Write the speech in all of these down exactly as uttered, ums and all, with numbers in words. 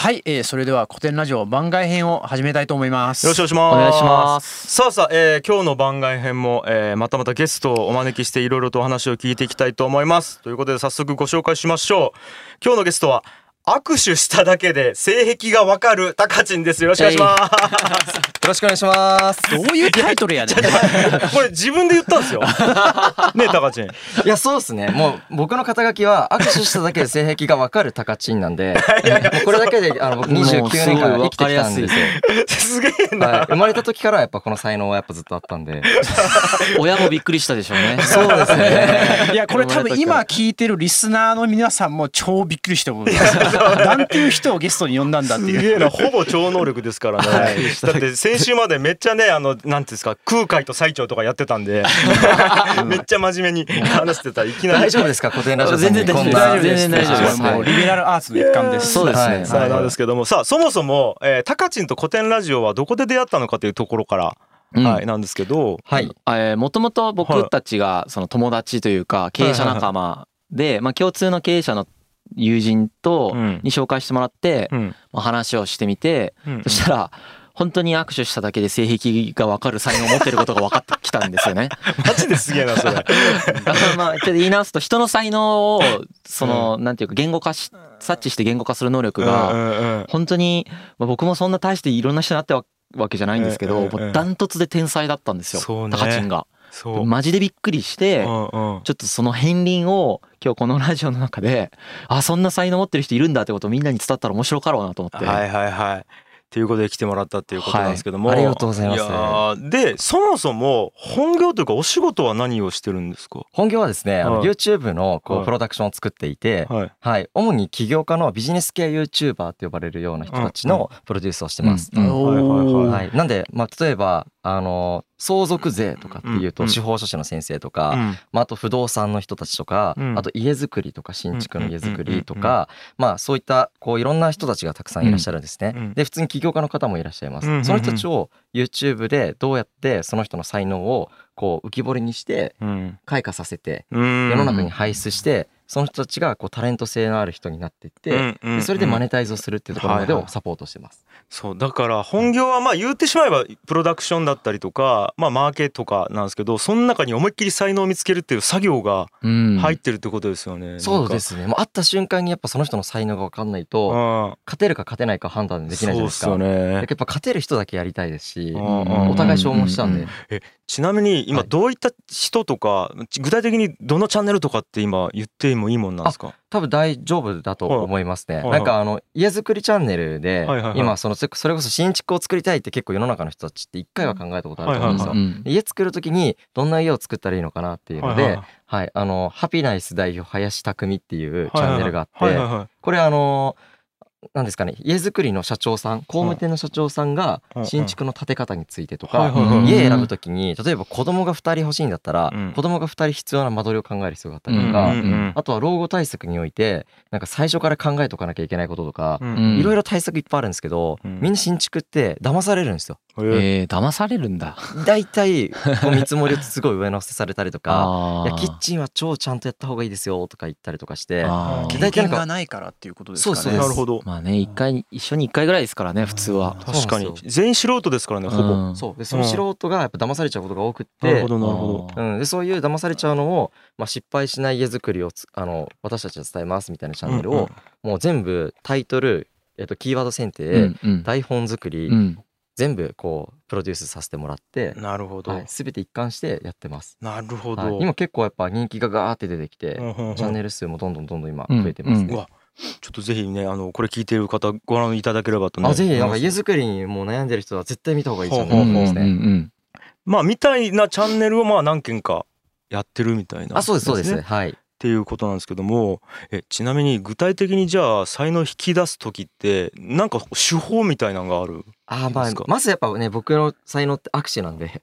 はい、えー、それでは古典ラジオ番外編を始めたいと思います。 よろしくお願いします。 お願いします。 さあさあ、えー、今日の番外編も、えー、またまたゲストをお招きしていろいろとお話を聞いていきたいと思います。ということで早速ご紹介しましょう。今日のゲストは握手しただけで性癖がわかるたかちんです。よろしくお願いします。 よろしくお願いします。 どういうタイトルやねん。 これ自分で言ったんですよ。ねえたかちん。 いやそうですね。もう僕の肩書きは握手しただけで性癖がわかるたかちんなんで、もうこれだけであの僕にじゅうきゅうねんかん生きてきたんですよ。 すげえな、 はい。生まれた時からやっぱこの才能はやっぱずっとあったんで。 親もびっくりしたでしょうね。 そうですね。 いやこれ多分今聞いてるリスナーの皆さんも超びっくりしてる。なんていう人をゲストに呼んだんだっていう。 すげえな、ほぼ超能力ですからね。はい、だって先週までめっちゃね、あのなんていうんですか、空海と最澄とかやってたんでめっちゃ真面目に話してた。いきなり大丈夫ですか、古典ラジオ全然大丈夫です。全然大丈夫です。 もうリベラルアーツの一環です。 そうですね。 さあなんですけども、さあそもそも、えー、たかちんと古典ラジオはどこで出会ったのかというところから、うん、はいなんですけど、 はい。 えー、もともと僕たちがその友達というか経営者仲間で、まあ共通の経営者の友人とに紹介してもらって、うん、まあ、話をしてみて、うんうん、そしたら本当に握手しただけで性癖が分かる才能を持ってることが分かってきたんですよね。 マジですげえなそれ。だからまあちょっと言い直すと、人の才能をそのなんていうか言語化し察知して言語化する能力が本当に、まあ、僕もそんな大していろんな人になってわけじゃないんですけど、ダントツで天才だったんですよ、たかちんが。マジでびっくりして、ちょっとその片鱗を今日このラジオの中で、あ、そんな才能持ってる人いるんだってことをみんなに伝わったら面白かろうなと思って。 はいはいはい。ということで来てもらったっていうことなんですけども、 はい、ありがとうございます。 いやでそもそも本業というかお仕事は何をしてるんですか？ 本業はですね、はい、あの YouTube のこうプロダクションを作っていて、はいはい、主に起業家のビジネス系 YouTuber と呼ばれるような人たちのプロデュースをしてます。なんで、まあ、例えばあの相続税とかっていうと司法書士の先生とか、うんまあ、あと不動産の人たちとか、うん、あと家づくりとか新築の家づくりとか、まあそういったこういろんな人たちがたくさんいらっしゃるんですね。うん、で普通に起業家の方もいらっしゃいます。うん、その人たちを YouTube でどうやってその人の才能をこう浮き彫りにして開花させて世の中に輩出して、その人たちがこうタレント性のある人になっていって、でそれでマネタイズをするっていうところまでをサポートしてます。 そうだから本業はまあ言ってしまえばプロダクションだったりとか、まあマーケとかなんですけど、その中に思いっきり才能を見つけるっていう作業が入ってるってことですよね。 うん、そうですね。もう会った瞬間にやっぱその人の才能が分かんないと勝てるか勝てないか判断できないじゃないですか。そうですよね。やっぱ勝てる人だけやりたいですし、お互い消耗しちゃうんで。 えちなみに今どういった人とか、はい、具体的にどのチャンネルとかって今言ってもいいもんなんですか？ 多分大丈夫だと思いますね。はいはい、なんかあの家づくりチャンネルで、はいはいはい、今そのそれこそ新築を作りたいって結構世の中の人たちって一回は考えたことあると思うんですよ。はいはいはい、家作る時にどんな家を作ったらいいのかなっていうので、はいはいはい、あのハピナイス代表林匠っていうチャンネルがあって、はいはいはいはい、これあのなんですかね、家づくりの社長さん、工務店の社長さんが新築の建て方についてとか、家選ぶときに例えば子供がふたり欲しいんだったら、子供がふたり必要な間取りを考える必要があったりとか、あとは老後対策においてなんか最初から考えとかなきゃいけないこととか、いろいろ対策いっぱいあるんですけど、みんな新築って騙されるんですよ。 えー、騙されるんだ。 だいたい見積もりをすごい上乗せされたりとか、いやキッチンは超ちゃんとやった方がいいですよとか言ったりとかして、 経験がないからっていうことですかね。 そうそう、 なるほど。 まあね、一回一緒に一回ぐらいですからね、普通は。 確かに全員素人ですからね、ほぼ。 うん、そうでその素人がやっぱ騙されちゃうことが多くって、 なるほどなるほど、うん、でそういう騙されちゃうのを、まあ、失敗しない家づくりをあの私たちは伝えますみたいなチャンネルを、うんうん、もう全部タイトル、えっと、キーワード選定、うんうん、台本作り、うん、全部こうプロデュースさせてもらって、 なるほど、はい、 全て一貫してやってます。 なるほど、 はい、今結構やっぱ人気がガーって出てきて、うんうんうん、チャンネル数もどんどんどんどん今増えてますね。うんうん、うわちょっとぜひね、あのこれ聞いている方ご覧いただければとね。 あ、ぜひなんか家づくりにもう悩んでる人は絶対見た方がいいチャンネルだと思いますね。 まあみたいなチャンネルをまあ何件かやってるみたいな、ね。 あ、そうですそうです。はい。 っていうことなんですけども、えちなみに具体的にじゃあ才能を引き出す時ってなんか手法みたいなのがある？ あ、まあまずやっぱね、僕の才能って握手なんで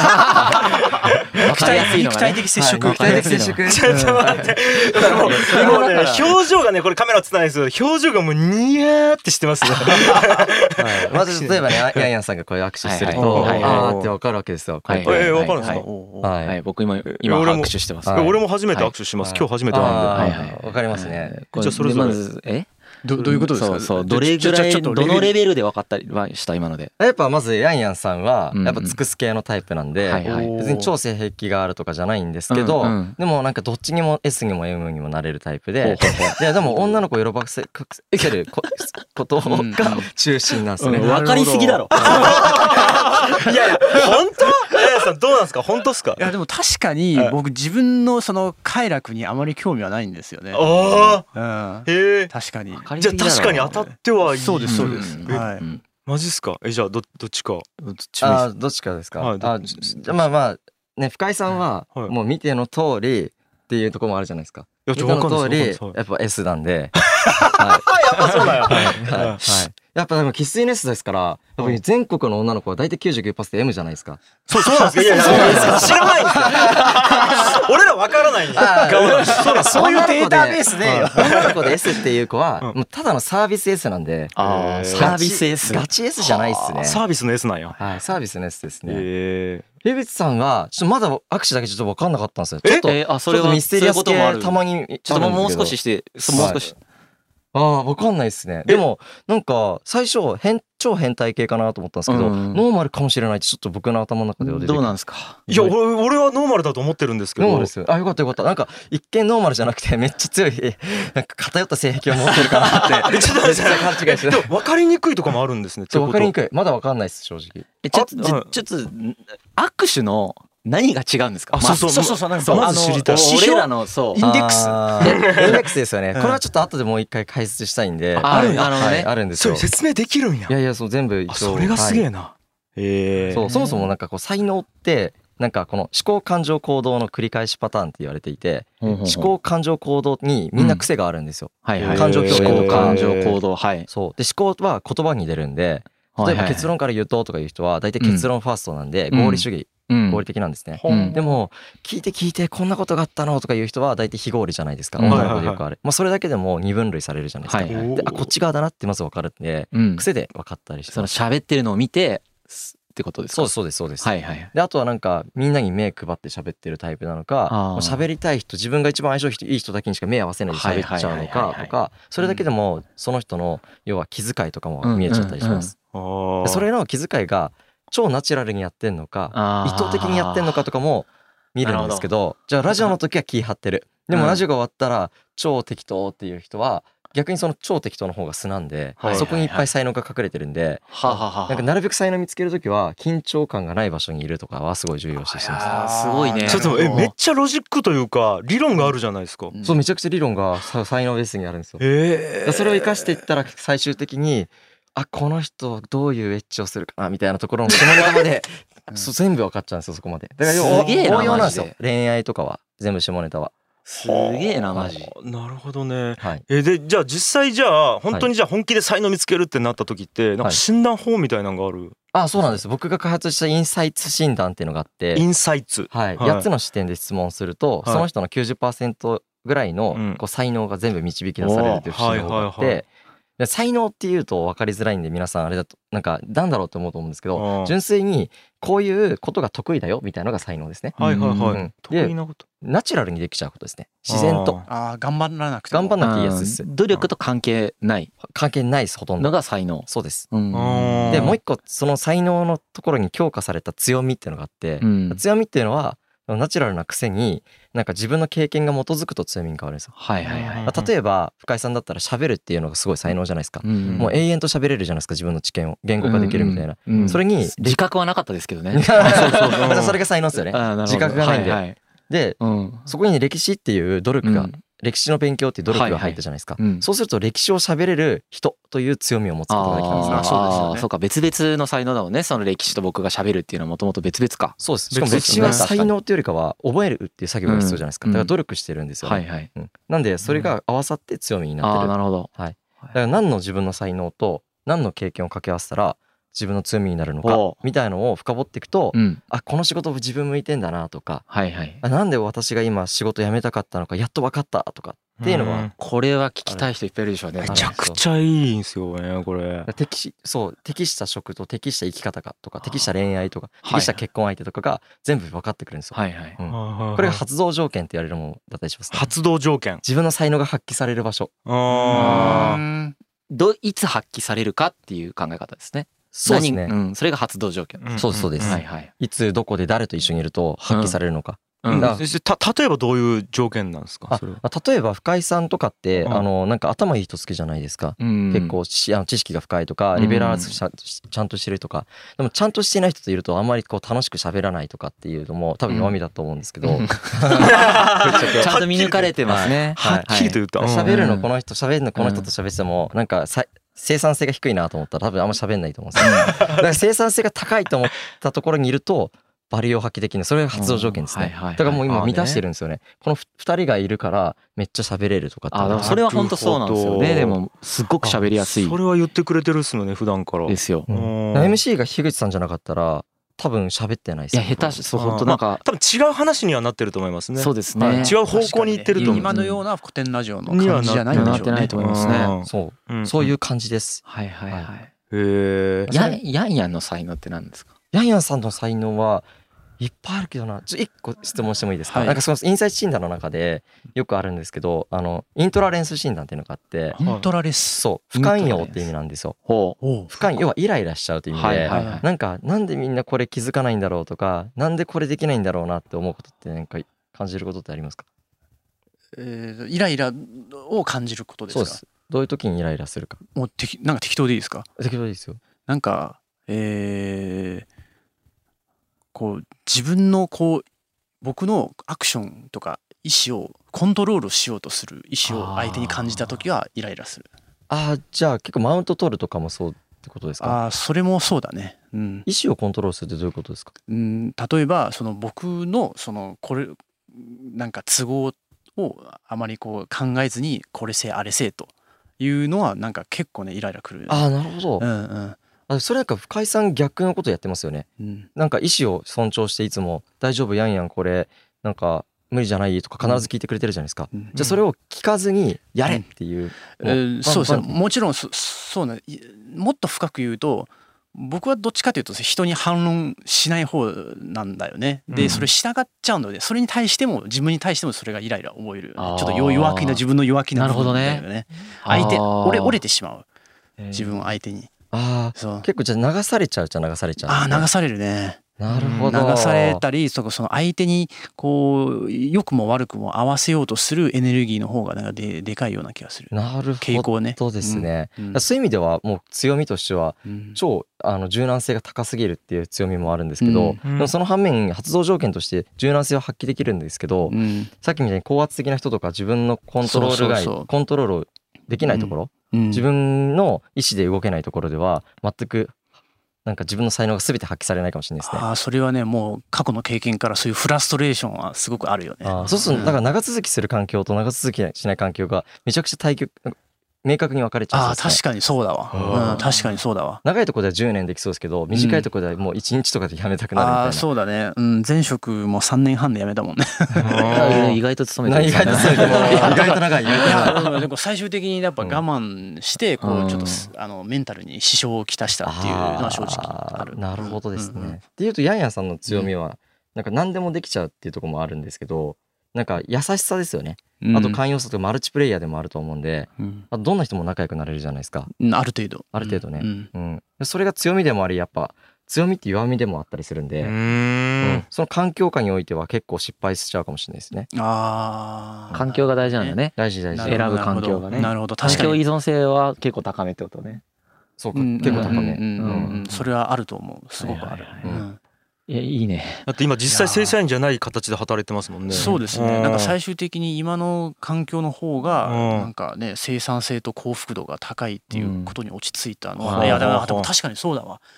肉体肉体的接触、 肉体的接触。 ちょっと待って、もうね表情がね、これカメラ映ってないですけど表情がもうニヤーってしてますね。 まず例えばね、ヤンヤンさんがこういう握手するとあーってわかるわけですよ。 ええ、わかるんですか？ はい、僕今今握手してます。 俺も初めて握手します。今日初めてなんで。 わかりますね。 じゃあそれぞれえどどういうことですか。 そうそう、どれぐらいどのレベルで分かったりはした今ので。 やっぱまずヤンヤンさんはやっぱ尽くす系のタイプなんで、 はいはい別に超性癖があるとかじゃないんですけど、 うんうん、 でもなんかどっちにも エス にも エム にもなれるタイプで、ででも女の子を喜ばせることが中心なんですね。 分かりすぎだろ。 いやいや本当？ヤンさんどうなんですか、本当ですか。 いやでも確かに僕自分のその快楽にあまり興味はないんですよね。 ああ、 うん、へえ、 確かに。 じゃあ確かに当たってはいい。 そうですそうです。はい。 マジっすか。えじゃあどどっちか。 どっちあどっちかですか。はい、あじゃまあまあね、深井さんはもう見ての通りっていうところもあるじゃないですか。見ての通りやっぱ エス なんで。はい。 やっぱそうだよ。はいはい。やっぱでも生粋の エス ですから、やっぱり全国の女の子は大体 きゅうじゅうきゅうパーセントエム じゃないですか。 そうそうなんですか。いやいや知らないんですよ。俺らわからないんや。 そうだ、そういうデータベースで女の子で エス っていう子はもうただのサービス エス なんで。 ああ、サービス エス。 ガチ エス じゃないっすね。 サービスの エス なんや。 はい、サービスの エス ですね。 へえ。樋口さんがちょっとまだ握手だけちょっと分かんなかったんですよ。ちょっとえあそれはミステリアス系たまにちょっともう少ししてもう少し。 ああ、わかんないですね。でもなんか最初変超変態系かなと思ったんですけど、ノーマルかもしれないってちょっと僕の頭の中では出てどうなんですか。 いや俺俺はノーマルだと思ってるんですけど。 ノーマルですよ。あ、よかったよかった。なんか一見ノーマルじゃなくてめっちゃ強いなんか偏った性癖を持ってるかなってちょっと勘違いして。 でも分かりにくいとかもあるんですね。 分かりにくい。まだ分かんないです正直。 えちょっとちょっと握手の何が違うんですか。 あ、そうそうそうそう、なんかまず知りたい。 俺らのそうインデックス。 インデックスですよね。これはちょっと後でもう一回解説したいんで。 あるんや。 あるんですよ。 説明できるんや。 いやいや、そう全部一応。 それがすげえな。 ええ。そう、そもそもなんかこう才能ってなんかこの思考感情行動の繰り返しパターンって言われていて、思考感情行動にみんな癖があるんですよ。感情表現。 思考感情行動。はい。 そうで思考は言葉に出るんで、例えば結論から言うととかいう人は大体結論ファーストなんで合理主義。合理的なんですね、うん、でも聞いて聞いてこんなことがあったのとかいう人は大体非合理じゃないですか。女の子でよくある、まあ、それだけでも二分類されるじゃないですか、はいはい、であこっち側だなってまず分かるんで、うん、癖で分かったりして、 その喋ってるのを見てってことですか。 そうそうですそうです、 はいはい、 であとはなんかみんなに目配って喋ってるタイプなのか、喋りたい人自分が一番相性いい人だけにしか目合わせないで喋っちゃうのかとか、それだけでもその人の要は気遣いとかも見えちゃったりします、うんうんうん、それの気遣いが超ナチュラルにやってんのか意図的にやってんのかとかも見るんですけど、じゃあラジオの時は気張ってる、でもラジオが終わったら超適当っていう人は逆にその超適当の方が素なんで、そこにいっぱい才能が隠れてるんで、なんかなるべく才能見つける時は緊張感がない場所にいるとかはすごい重要視してます。 すごいね。 ちょっとえめっちゃロジックというか理論があるじゃないですか。 そうめちゃくちゃ理論が才能ベースにあるんですよ。えー、それを生かしていったら最終的にあこの人どういうエッチをするかなみたいなところの下ネタまでそう全部分かっちゃうんですよそこまで。だからすげえな応用なんですよ。恋愛とかは全部下ネタは。 すげえなマジ。 なるほどね。 はい、 えでじゃあ実際じゃあ本当にじゃあ本気で才能見つけるってなった時ってなんか診断法みたいなのがある？はい、 あそうなんです。僕が開発したインサイツ診断っていうのがあって、 インサイツ、 はいはい、やっつの視点で質問すると、はい、その人の きゅうじゅっパーセント ぐらいのこう才能が全部導き出されるっていう不思議な方があって、はいはいはい、才能っていうと分かりづらいんで皆さんあれだとなんかなんだろうと思うと思うんですけど、純粋にこういうことが得意だよみたいなのが才能ですね。 はいはいはい、うん、 得意なこと、ナチュラルにできちゃうことですね。自然と。 ああ頑張らなくて頑張らなくていいやつです。 努力と関係ない関係ないですほとんどのが才能。 そうです。 うん、 でもう一個その才能のところに強化された強みっていうのがあって、うん、強みっていうのはナチュラルなくせになんか自分の経験が基づくと強みに変わるんですよ。 はいはいはい。 例えば深井さんだったら喋るっていうのがすごい才能じゃないですか、うんうん、もう永遠と喋れるじゃないですか自分の知見を言語化できるみたいな、うんうん、それに自覚はなかったですけどねそれが才能ですよね。自覚がないんで、はいはい、で、うん、そこに歴史っていう努力が、うん歴史の勉強っていう努力が入ったじゃないですか、はいはいうん、そうすると歴史を喋れる人という強みを持つことができたんですね。 あそうですよね。そうか別々の才能だもんね。その歴史と僕が喋るっていうのはもともと別々か。 そうです。しかも歴史は才能っていうよりかは覚えるっていう作業が必要じゃないですか、うん、だから努力してるんですよね、うんはいはいうん、なんでそれが合わさって強みになってる、 うん、あなるほど、 はい、だから何の自分の才能と何の経験を掛け合わせたら自分の強みになるのかみたいのを深掘っていくと、うん、あこの仕事自分向いてんだなとか、はいはい、あなんで私が今仕事辞めたかったのかやっと分かったとかっていうのは、 これは聞きたい人いっぱいいるでしょうね。 めちゃくちゃいいんですよねこれ。 適そう適した職と適した生き方かとか適した恋愛とか適した結婚相手とかが全部分かってくるんですよ。はいはい、うん、これが発動条件って言われるものだったりしますね。 発動条件、 自分の才能が発揮される場所。 ああ、どいつ発揮されるかっていう考え方ですね。 そうですね、 うん、それが発動条件、 うん、そうですそうです、うんはいはい、いつどこで誰と一緒にいると発揮されるのか、 うんうん、た例えばどういう条件なんですか。それは例えば深井さんとかって、うん、あのなんか頭いい人好きじゃないですか、うん、結構しあの知識が深いとかリベラルちゃんとしてるとか、でもちゃんとしてない人といるとあんまりこう楽しく喋らないとかっていうのも多分弱みだと思うんですけど、うん、ちゃんと見抜かれてますね。 はっきりと言った。 喋るのこの人喋るのこの人と喋っててもなんかさ生産性が低いなと思ったら多分あんま喋んないと思うんですよ。だから生産性が高いと思ったところにいるとバリューを発揮できる、それが発動条件ですね。だからもう今満たしてるんですよね。このふたりがいるからめっちゃ喋れるとかって。 あ、それは本当そうなんですよね。でもすっごく喋りやすい。 それは言ってくれてるっすよね普段から。 ですよ。 うん、エムシー が樋口さんじゃなかったら多分喋ってないです。 いや下手しそう本当なんか、まあ、 多分違う話にはなってると思いますね。 そうですね。 違う方向に行ってると思う。 今のような古典ラジオの感じじゃないんでしょうね。 なってないと思いますね。 そう、うん、そういう感じです。 はいはいはい。へえ。 ヤンヤンヤンの才能って何ですか。 ヤンヤンさんの才能はいっぱいあるけどな、ちょっと一個質問してもいいですか。はい、なんかそのインサイト診断の中でよくあるんですけど、あのイントラレンス診断っていうのがあって、 イントラレス、 そう不寛容って意味なんですよ。不寛容、要はイライラしちゃうという意味で、はいはいはい、なんかなんでみんなこれ気づかないんだろうとか、なんでこれできないんだろうなって思うことってなんか感じることってありますか。 えー、イライラを感じることですか。 そうです。どういう時にイライラするか。 もうてきなんか適当でいいですか。 適当でいいですよ。 なんかえーこう自分のこう僕のアクションとか意思をコントロールしようとする意思を相手に感じた時はイライラする。 ああ、じゃあ結構マウント取るとかもそうってことですか。 ああ、それもそうだね、うん、 意思をコントロールするってどういうことですか。 うん、例えばその僕のそのこれなんか都合をあまりこう考えずにこれせえあれせえというのはなんか結構ねイライラくる、ね、 ああ、なるほど、 うんうん、 あそれなんか深井さん逆のことやってますよね、うん、なんか意思を尊重していつも大丈夫ヤンヤンこれなんか無理じゃないとか必ず聞いてくれてるじゃないですか、うん、じゃあそれを聞かずにやれっていう、 うんえー、そうですね、もちろん そ, そうねもっと深く言うと僕はどっちかというと人に反論しない方なんだよね。でそれ従っちゃうのでそれに対しても自分に対してもそれがイライラ覚える、ちょっと弱気な自分の弱気な部分だよね。ね相手折れ折れてしまう自分を相手に。 ああ、結構じゃあ流されちゃうじゃ流されちゃう。 ああ、流されるね。 なるほど。 流されたり、その相手にこう良くも悪くも合わせようとするエネルギーの方がなんか で, でかいような気がする。 なる傾向ね。 そうですね、うんうん。そういう意味ではもう強みとしては超あの柔軟性が高すぎるっていう強みもあるんですけど、うん、でもその反面発動条件として柔軟性を発揮できるんですけど、うん、さっきみたいに高圧的な人とか自分のコントロール外、そうそうそうコントロールできないところ、うん、自分の意思で動けないところでは全くなんか自分の才能が全て発揮されないかもしれないですね。 ああ、それはねもう過去の経験からそういうフラストレーションはすごくあるよね。 あそうするとだから長続きする環境と長続きしない環境がめちゃくちゃ対極明確に分かれちゃう、ね。ああ確かにそうだわ、うん、確かにそうだわ。 長いところではじゅうねんできそうですけど短いところではもういちにちとかで辞めたくなるみたいな、 うん、あそうだね、うん、前職もさんねんはんで辞めたもんね意外と勤めてる、 意外と勤めてる意外と長い意外と長いでも最終的にやっぱ我慢してこうちょっとあのメンタルに支障をきたしたっていうのは正直ある。 なるほどですね、うんうん、っていうとヤンヤンさんの強みはなんか何でもできちゃうっていうところもあるんですけど、なんか優しさですよね。あと寛容さとかマルチプレイヤーでもあると思うんで、うん、あとどんな人も仲良くなれるじゃないですか、 うん、ある程度ある程度ね、うんうんうん、それが強みでもありやっぱ強みって弱みでもあったりするんで、うーん、うん、その環境下においては結構失敗しちゃうかもしれないですね。 あ環境が大事なんだね。 大事大事。 選ぶ環境がね。 なるほど、確かに環境依存性は結構高めってことね。 そうか、結構高め。 それはあると思う。すごくある。 いやいいね。 だって今実際正社員じゃない形で働いてますもんね。 そうですね。なんか最終的に今の環境の方がなんかね生産性と幸福度が高いっていうことに落ち着いたのは、いやだからでも確かにそうだわ。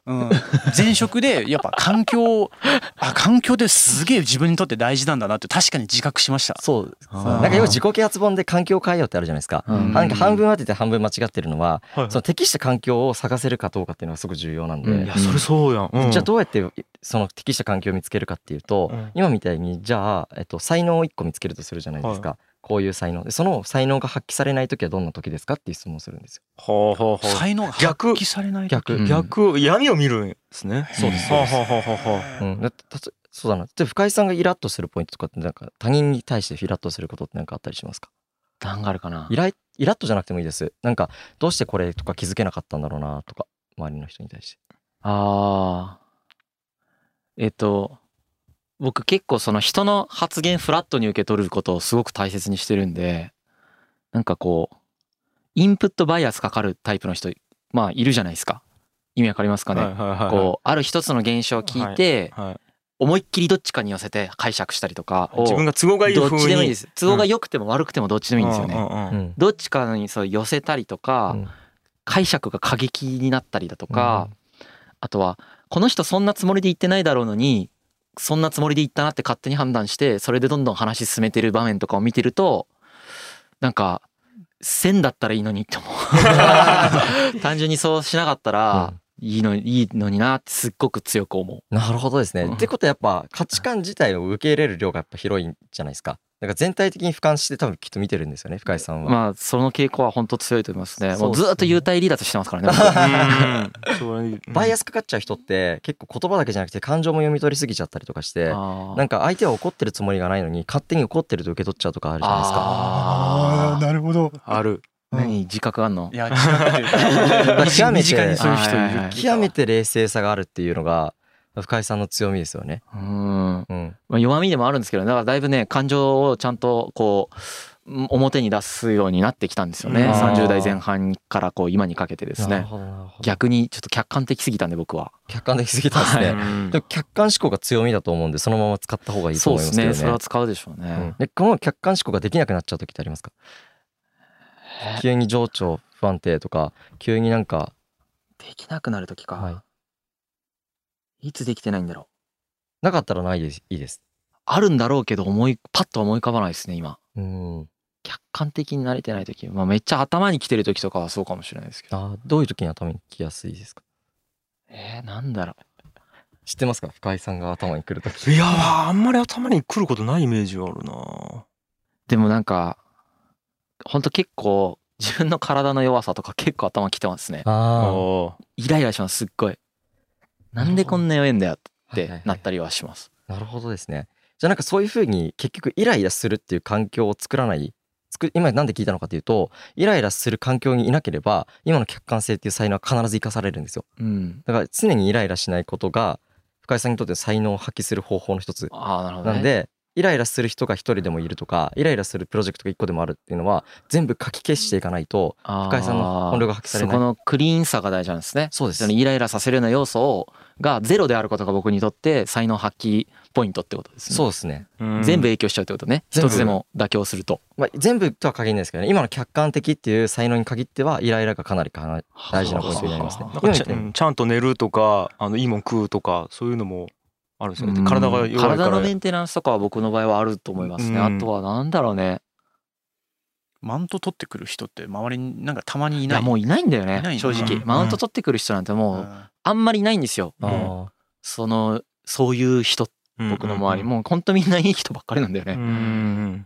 うん、前職でやっぱ環境あ環境ってすげえ自分にとって大事なんだなって確かに自覚しました。 そうなんか要は自己啓発本で環境を変えようってあるじゃないですか、うん、なんか半分当てて半分間違ってるのは、うん、その適した環境を探せるかどうかっていうのがすごく重要なんで、うん、 いやそれそうやん、うん、 じゃあどうやってその適した環境を見つけるかっていうと、うん、今みたいにじゃあ、えっと、才能をいっこ見つけるとするじゃないですか、はい、こういう才能でその才能が発揮されない時はどんな時ですかっていう質問をするんですよ。 はあはあ、 才能が発揮されない時逆逆、うん、闇を見るんですね。 そうですそうです。はあはあはあ、うん、だってそうだな。で深井さんがイラッとするポイントとかってなんか他人に対してイラッとすることって何かあったりしますか？ 何があるかな。 イライラッとじゃなくてもいいです。なんかどうしてこれとか気づけなかったんだろうなとか周りの人に対して。 ああえっと僕結構その人の発言フラットに受け取ることをすごく大切にしてるんで、なんかこうインプットバイアスかかるタイプの人まあいるじゃないですか。意味わかりますかね、はいはいはいはい、こうある一つの現象を聞いて、はいはい、思いっきりどっちかに寄せて解釈したりとかを自分が都合がいい風にどっちでもいいです。都合が良くても悪くてもどっちでもいいんですよね、うんうん、どっちかにそう寄せたりとか、うん、解釈が過激になったりだとか、うん、あとはこの人そんなつもりで言ってないだろうのにそんなつもりで言ったなって勝手に判断してそれでどんどん話進めてる場面とかを見てるとなんか線だったらいいのにって思う単純にそうしなかったら、うんいいのいいのになってすっごく強く思う。 なるほどですね、うん、ってことはやっぱ価値観自体を受け入れる量がやっぱ広いんじゃないですか。だから全体的に俯瞰して多分きっと見てるんですよね深井さんは。 まあその傾向は本当強いと思いますね。もうずっと幽体離脱してますからねバイアスかかっちゃう人って結構言葉だけじゃなくて感情も読み取りすぎちゃったりとかしてなんか相手は怒ってるつもりがないのに勝手に怒ってると受け取っちゃうとかあるじゃないですか。 ああなるほどある。 何自覚あんの？ いや自覚っていうか極めて身近にそういう人いる。 極めて冷静さがあるっていうのが深井さんの強みですよね。 うん、うんまあ、弱みでもあるんですけどだからだいぶね感情をちゃんとこう表に出すようになってきたんですよね。さんじゅう代前半からこう今にかけてですね。逆にちょっと客観的すぎたんで僕は。 客観的すぎたんですね、はい、でも客観思考が強みだと思うんでそのまま使った方がいいと思いますけどね。 そうですねそれは使うでしょうね、うん、 でこの客観思考ができなくなっちゃう時ってありますか？急に情緒不安定とか急になんかできなくなる時か、はい、いつできてないんだろう。なかったらないです。いいです。 あるんだろうけど思いパッと思い浮かばないですね今。 うん客観的に慣れてない時、まあ、めっちゃ頭に来てる時とかはそうかもしれないですけど。 あどういう時に頭に来やすいですか？ えー、なんだろう知ってますか深井さんが頭に来る時。 いやーあんまり頭に来ることないイメージあるな。 でもなんかほんと結構自分の体の弱さとか結構頭きてますね。あイライラしますすっごい。なんでこんな弱いんだよってなったりはします。 なるほどですね。じゃあなんかそういう風に結局イライラするっていう環境を作らない作今なんで聞いたのかというとイライラする環境にいなければ今の客観性っていう才能は必ず生かされるんですよ、うん、だから常にイライラしないことが深井さんにとっての才能を発揮する方法の一つなんでイライラする人が一人でもいるとかイライラするプロジェクトが一個でもあるっていうのは全部書き消していかないと深井さんの本領が発揮されない。 そこのクリーンさが大事なんですね。そうです。イライラさせるような要素をがゼロであることが僕にとって才能発揮ポイントってことですね。 そうですね。 全部影響しちゃうってことね。一つでも妥協すると、 まあ、全部とは限らないですけどね今の客観的っていう才能に限ってはイライラがかなりかな大事なことになりますね。 なんかちゃ、ちゃんと寝るとかあのいいもん食うとかそういうのもあるんですよね。体が弱いから体のメンテナンスとかは僕の場合はあると思いますね。あとはなんだろうねマウント取ってくる人って周りになんかたまにいない。 いやもういないんだよね正直、うん、マウント取ってくる人なんてもうあんまりいないんですよ、うん、そのそういう人僕の周り、うんうんうん、もうほんとみんないい人ばっかりなんだよね、うんうん、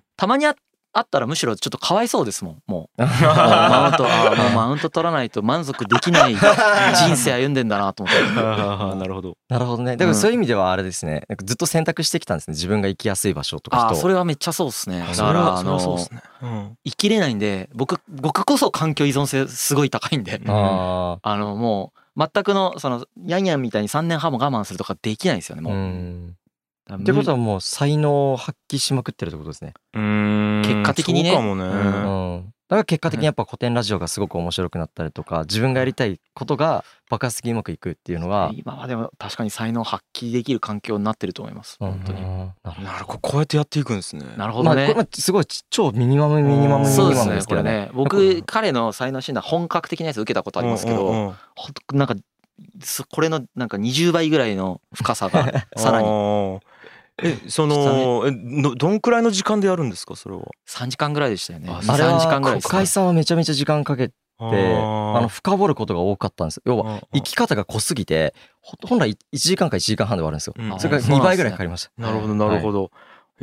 たまにああったらむしろちょっとかわいそうですもんもうもうマウントあもうマウント取らないと満足できない人生歩んでんだなと思ってなるほどなるほどね。だからそういう意味ではあれですねなんかずっと選択してきたんですね自分が生きやすい場所とか人。 あそれはめっちゃそうですね。だからあの生きれないんで僕僕こそ環境依存性すごい高いんでああのもう全くのそのヤンヤンみたいにさんねんはんも我慢するとかできないんですよねもう。うんってことはもう才能を発揮しまくってるってことですね。 うーん結果的にね。 そうかもね、うんうん、だから結果的にやっぱ古典ラジオがすごく面白くなったりとか自分がやりたいことが爆発的にうまくいくっていうのは今はでも確かに才能を発揮できる環境になってると思います本当に。 なるほどこうやってやっていくんですね。 なるほどね、 まあ、これすごい超ミニマムミニマムミニマムですけどね。 僕彼の才能診断本格的なやつ受けたことありますけどほんとなんかこれのなんかにじゅうばいぐらいの深さがさらにえそのえのどんくらいの時間でやるんですかそれは。 さんじかんぐらいでしたよね。 あれは深井さんはめちゃめちゃ時間かけてあの深掘ることが多かったんです。要は生き方が濃すぎて本来いちじかんかいちじかんはんで終わるんですよ、うん、それがにばいぐらいかかりました。 なるほどなるほど、はい、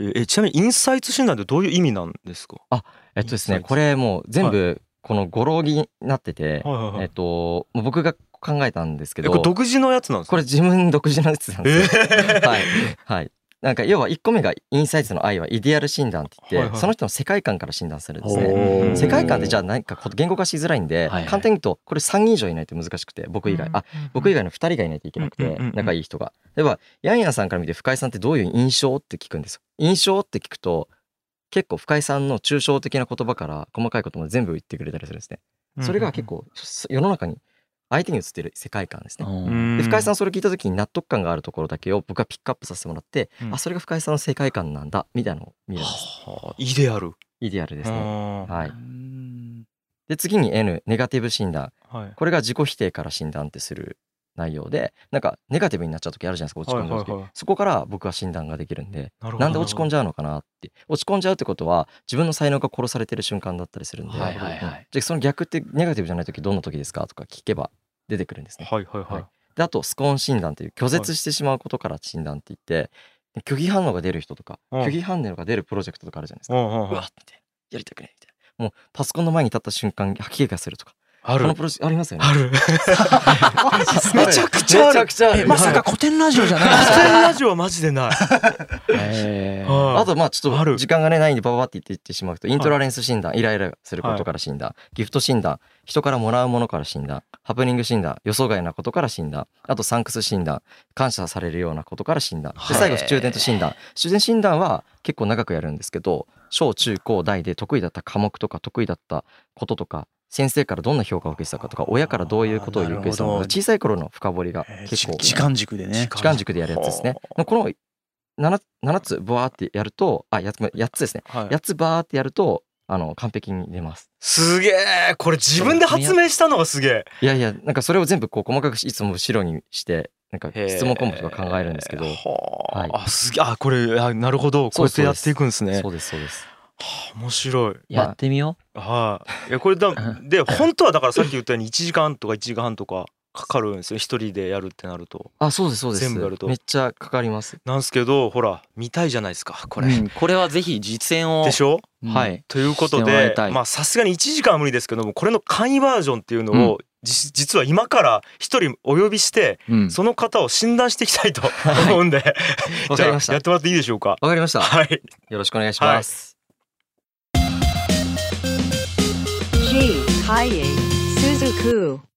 えちなみにインサイツ診断ってどういう意味なんですか。 あえっとですねこれもう全部この語呂になってて、はいはいはい、えっと僕が考えたんですけど、 これ独自のやつなんですか。 これ自分独自のやつなんですよ、えー、はいはいなんか要はいっこめがインサイツの愛はイディアル診断って言って、はいはい、その人の世界観から診断するんですね。世界観ってじゃあ何か言語化しづらいんで、はいはい、簡単に言うとこれさんにん以上いないと難しくて僕以外、あ僕以外のふたりがいないといけなくて仲いい人が。例えばヤンヤンさんから見て深井さんってどういう印象って聞くんですよ。印象って聞くと結構深井さんの抽象的な言葉から細かいことも全部言ってくれたりするんですね。それが結構世の中に相手に映ってる世界観ですね。で深井さんそれ聞いた時に納得感があるところだけを僕はピックアップさせてもらって、うん、あそれが深井さんの世界観なんだみたいなのを見るんです。 はあ、イデアルイデアルですね。はい。で次に N ネガティブ診断、はい、これが自己否定から診断ってする内容でなんかネガティブになっちゃう時あるじゃないですか落ち込んじゃう時、はいはいはい、そこから僕は診断ができるんでなんで落ち込んじゃうのかなって落ち込んじゃうってことは自分の才能が殺されてる瞬間だったりするんで、はいはいはい、じゃあその逆ってネガティブじゃない時どんな時ですかとか聞けば出てくるんですね。はいはいはい。はい、であとスコーン診断という拒絶してしまうことから診断って言って、はい、拒否反応が出る人とか、うん、拒否反応が出るプロジェクトとかあるじゃないですか。うんうんうん、うわってやりたくないみたいな。もうパソコンの前に立った瞬間吐き気がするとか。ある。このプロジェクトありますよね。 ある。めちゃくちゃある。めちゃくちゃある。 まさか古典ラジオじゃないですか。 古典ラジオはマジでない。 えー、あとまあちょっと時間がねないんでバババって言っていってしまうとイントラレンス診断、イライラすることから診断、ギフト診断、人からもらうものから診断、ハプニング診断、予想外なことから診断、あとサンクス診断、感謝されるようなことから診断、で最後スチューデント診断。スチューデント診断は結構長くやるんですけど、小中高大で得意だった科目とか得意だったこととか先生からどんな評価を受けてたかとか親からどういうことを受けてたのか小さい頃の深掘りが結構時間軸でね時間軸でやるやつですね。この 7, 7つバーってやるとあ 8, 8つですね、はい、やっつバーってやるとあの完璧に出ます。 すげえこれ自分で発明したのがすげえ。 いやいやなんかそれを全部こう細かくいつも後ろにしてなんか質問項目とか考えるんですけど、 はい、あすげえあこれあなるほどこうやってやっていくんですね。 そうですそうです。 はあ、面白い。 やってみよう。はい。いやこれだで本当はだからさっき言ったようにいちじかんとかいちじかんはんとかかかるんですよ一人でやるってなると。 あそうですそうです。全部やるとめっちゃかかります。 なんですけどほら見たいじゃないですかこれ、うん、 これはぜひ実演をでしょ、 うん、はい。 ということでまあさすがにいちじかんは無理ですけどもこれの簡易バージョンっていうのを、うん実は今から一人お呼びして、うん、その方を診断していきたいと思うんで、はい、じゃあやってもらっていいでしょうか。 わかりました。 はい。 よろしくお願いします。 はい、G ハイエイスズク